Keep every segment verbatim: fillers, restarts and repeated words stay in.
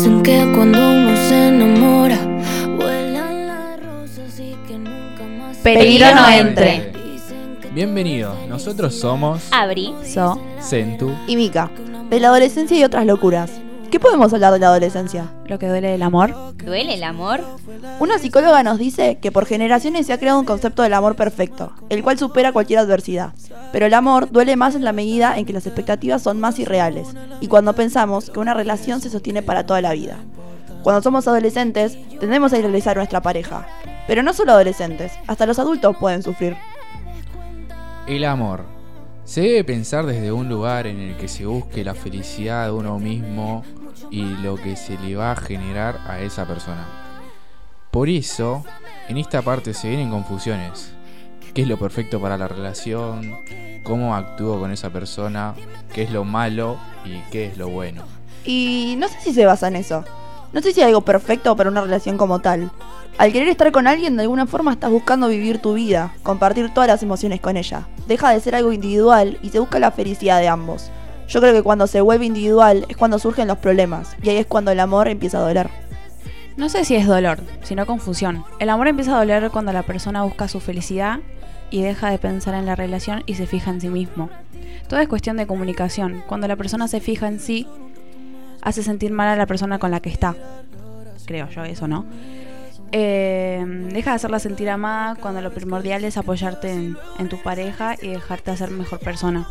Dicen que cuando uno se enamora vuelan las rosas y que nunca más Peligro no entre. Bienvenidos, nosotros somos Abri, So, Sentu y Mika, de la adolescencia y otras locuras. ¿Qué podemos hablar de la adolescencia? lo que duele del amor. ¿Duele el amor? Una psicóloga nos dice que por generaciones se ha creado un concepto del amor perfecto, el cual supera cualquier adversidad. Pero el amor duele más en la medida en que las expectativas son más irreales y cuando pensamos que una relación se sostiene para toda la vida. Cuando somos adolescentes, tendemos a idealizar a nuestra pareja. Pero no solo adolescentes, hasta los adultos pueden sufrir. el amor. Se debe pensar desde un lugar en el que se busque la felicidad de uno mismo y lo que se le va a generar a esa persona. Por eso, en esta parte se vienen confusiones. ¿Qué es lo perfecto para la relación? ¿Cómo actúo con esa persona? ¿Qué es lo malo y qué es lo bueno? Y no sé si se basa en eso. No sé si hay algo perfecto para una relación como tal. Al querer estar con alguien, de alguna forma estás buscando vivir tu vida, compartir todas las emociones con ella. Deja de ser algo individual y se busca la felicidad de ambos. Yo creo que cuando se vuelve individual es cuando surgen los problemas, y ahí es cuando el amor empieza a doler. No sé si es dolor, sino confusión. El amor empieza a doler cuando la persona busca su felicidad y deja de pensar en la relación y se fija en sí mismo. Todo es cuestión de comunicación. Cuando la persona se fija en sí, hace sentir mal a la persona con la que está. Creo yo eso, ¿no? Eh, deja de hacerla sentir amada cuando lo primordial es apoyarte en, en tu pareja y dejarte ser mejor persona.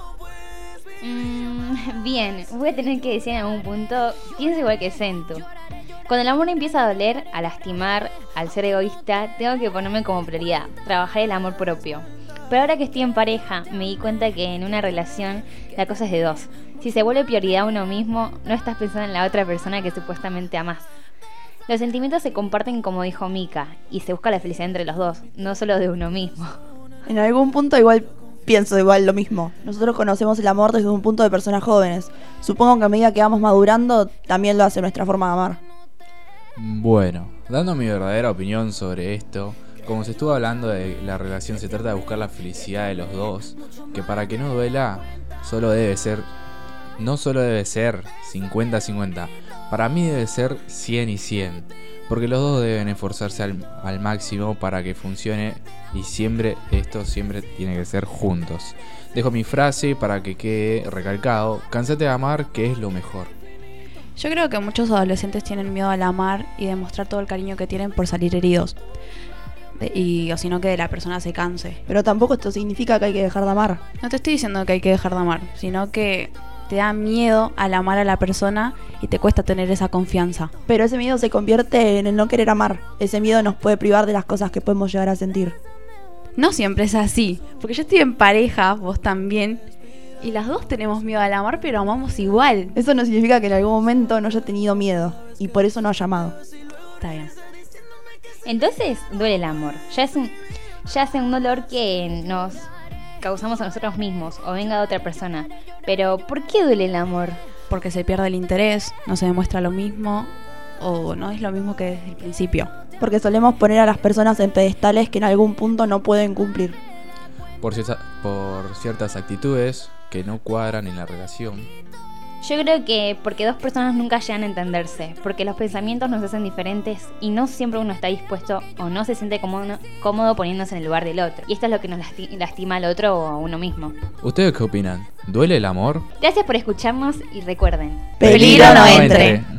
Mm, bien, voy a tener que decir en algún punto, pienso igual que Sentu. Cuando el amor empieza a doler, a lastimar, al ser egoísta, tengo que ponerme como prioridad, trabajar el amor propio. Pero ahora que estoy en pareja, me di cuenta que en una relación la cosa es de dos. Si se vuelve prioridad uno mismo, no estás pensando en la otra persona que supuestamente amás. Los sentimientos se comparten como dijo Mika, y se busca la felicidad entre los dos, no solo de uno mismo. En algún punto igual pienso igual lo mismo. Nosotros conocemos el amor desde un punto de personas jóvenes. Supongo que a medida que vamos madurando, también lo hace nuestra forma de amar. Bueno, dando mi verdadera opinión sobre esto, como se estuvo hablando de la relación, se trata de buscar la felicidad de los dos, que para que no duela, solo debe ser, no solo debe ser cincuenta cincuenta, para mí debe ser cien y cien, porque los dos deben esforzarse al, al máximo para que funcione y siempre, esto siempre tiene que ser juntos. Dejo mi frase para que quede recalcado: cansate de amar, que es lo mejor. Yo creo que muchos adolescentes tienen miedo al amar y demostrar todo el cariño que tienen por salir heridos. De, y, o sino que de la persona se canse. Pero tampoco esto significa que hay que dejar de amar. No te estoy diciendo que hay que dejar de amar, sino que te da miedo al amar a la persona y te cuesta tener esa confianza. Pero ese miedo se convierte en el no querer amar. Ese miedo nos puede privar de las cosas que podemos llegar a sentir. No siempre es así, porque yo estoy en pareja, vos también, y las dos tenemos miedo al amar, pero amamos igual. Eso no significa que en algún momento no haya tenido miedo y por eso no haya amado. Está bien. Entonces duele el amor, ya es un, ya es un dolor que nos causamos a nosotros mismos o venga de otra persona. Pero ¿por qué duele el amor? Porque se pierde el interés, no se demuestra lo mismo o no es lo mismo que desde el principio. Porque solemos poner a las personas en pedestales que en algún punto no pueden cumplir. Por, cierta, por ciertas actitudes que no cuadran en la relación. Yo creo que porque dos personas nunca llegan a entenderse, porque los pensamientos nos hacen diferentes y no siempre uno está dispuesto o no se siente cómodo, cómodo poniéndose en el lugar del otro. Y esto es lo que nos lasti- lastima al otro o a uno mismo. ¿Ustedes qué opinan? ¿Duele el amor? Gracias por escucharnos y recuerden, Peligro no entre.